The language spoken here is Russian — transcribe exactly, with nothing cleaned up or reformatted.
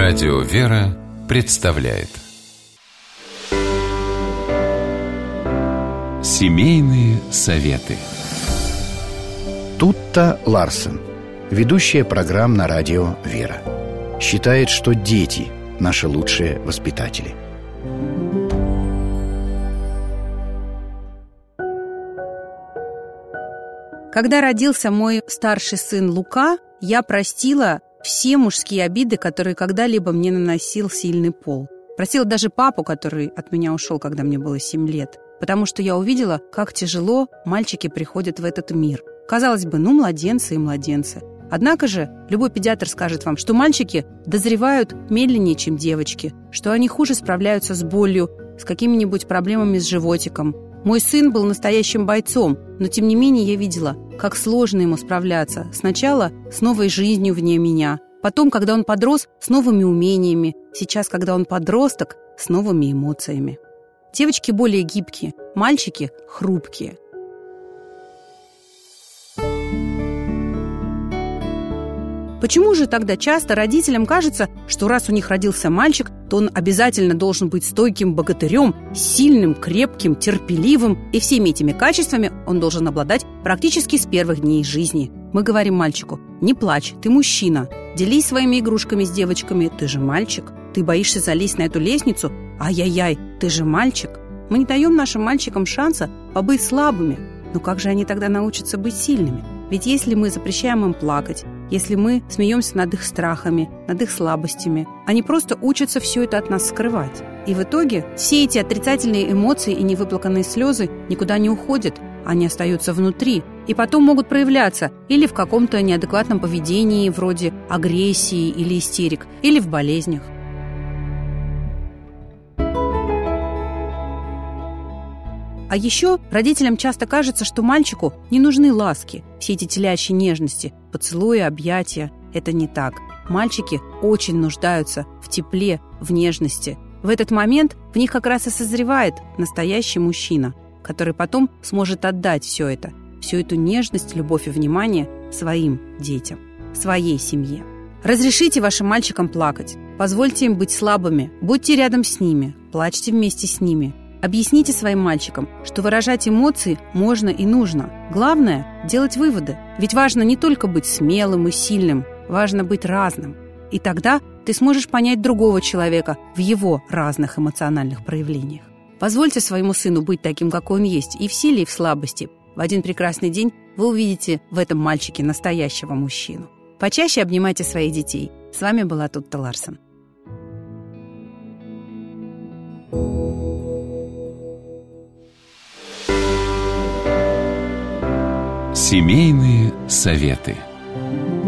Радио «Вера» представляет Семейные советы. Тутта Ларсен, ведущая программ на радио «Вера», считает, что дети – наши лучшие воспитатели. Когда родился мой старший сын Лука, я простила все мужские обиды, которые когда-либо мне наносил сильный пол. Простила даже папу, который от меня ушел, когда мне было семь лет, потому что я увидела, как тяжело мальчики приходят в этот мир. Казалось бы, ну, младенцы и младенцы. Однако же любой педиатр скажет вам, что мальчики дозревают медленнее, чем девочки, что они хуже справляются с болью, с какими-нибудь проблемами с животиком. Мой сын был настоящим бойцом, но тем не менее я видела, как сложно ему справляться. Сначала с новой жизнью вне меня, потом, когда он подрос, с новыми умениями, сейчас, когда он подросток, с новыми эмоциями. Девочки более гибкие, мальчики хрупкие. Почему же тогда часто родителям кажется, что раз у них родился мальчик, то он обязательно должен быть стойким богатырем, сильным, крепким, терпеливым, и всеми этими качествами он должен обладать практически с первых дней жизни? Мы говорим мальчику: не плачь, ты мужчина, делись своими игрушками с девочками, ты же мальчик, ты боишься залезть на эту лестницу, ай-яй-яй, ты же мальчик. Мы не даем нашим мальчикам шанса побыть слабыми. Но как же они тогда научатся быть сильными? Ведь если мы запрещаем им плакать, если мы смеемся над их страхами, над их слабостями, они просто учатся все это от нас скрывать. И в итоге все эти отрицательные эмоции и невыплаканные слезы никуда не уходят, они остаются внутри и потом могут проявляться или в каком-то неадекватном поведении, вроде агрессии или истерик, или в болезнях. А еще родителям часто кажется, что мальчику не нужны ласки, все эти телячьи нежности, поцелуи, объятия. Это не так. Мальчики очень нуждаются в тепле, в нежности. В этот момент в них как раз и созревает настоящий мужчина, который потом сможет отдать все это, всю эту нежность, любовь и внимание своим детям, своей семье. Разрешите вашим мальчикам плакать, позвольте им быть слабыми, будьте рядом с ними, плачьте вместе с ними. Объясните своим мальчикам, что выражать эмоции можно и нужно. Главное – делать выводы. Ведь важно не только быть смелым и сильным, важно быть разным. И тогда ты сможешь понять другого человека в его разных эмоциональных проявлениях. Позвольте своему сыну быть таким, какой он есть, и в силе, и в слабости. В один прекрасный день вы увидите в этом мальчике настоящего мужчину. Почаще обнимайте своих детей. С вами была Тутта Ларсен. Семейные советы.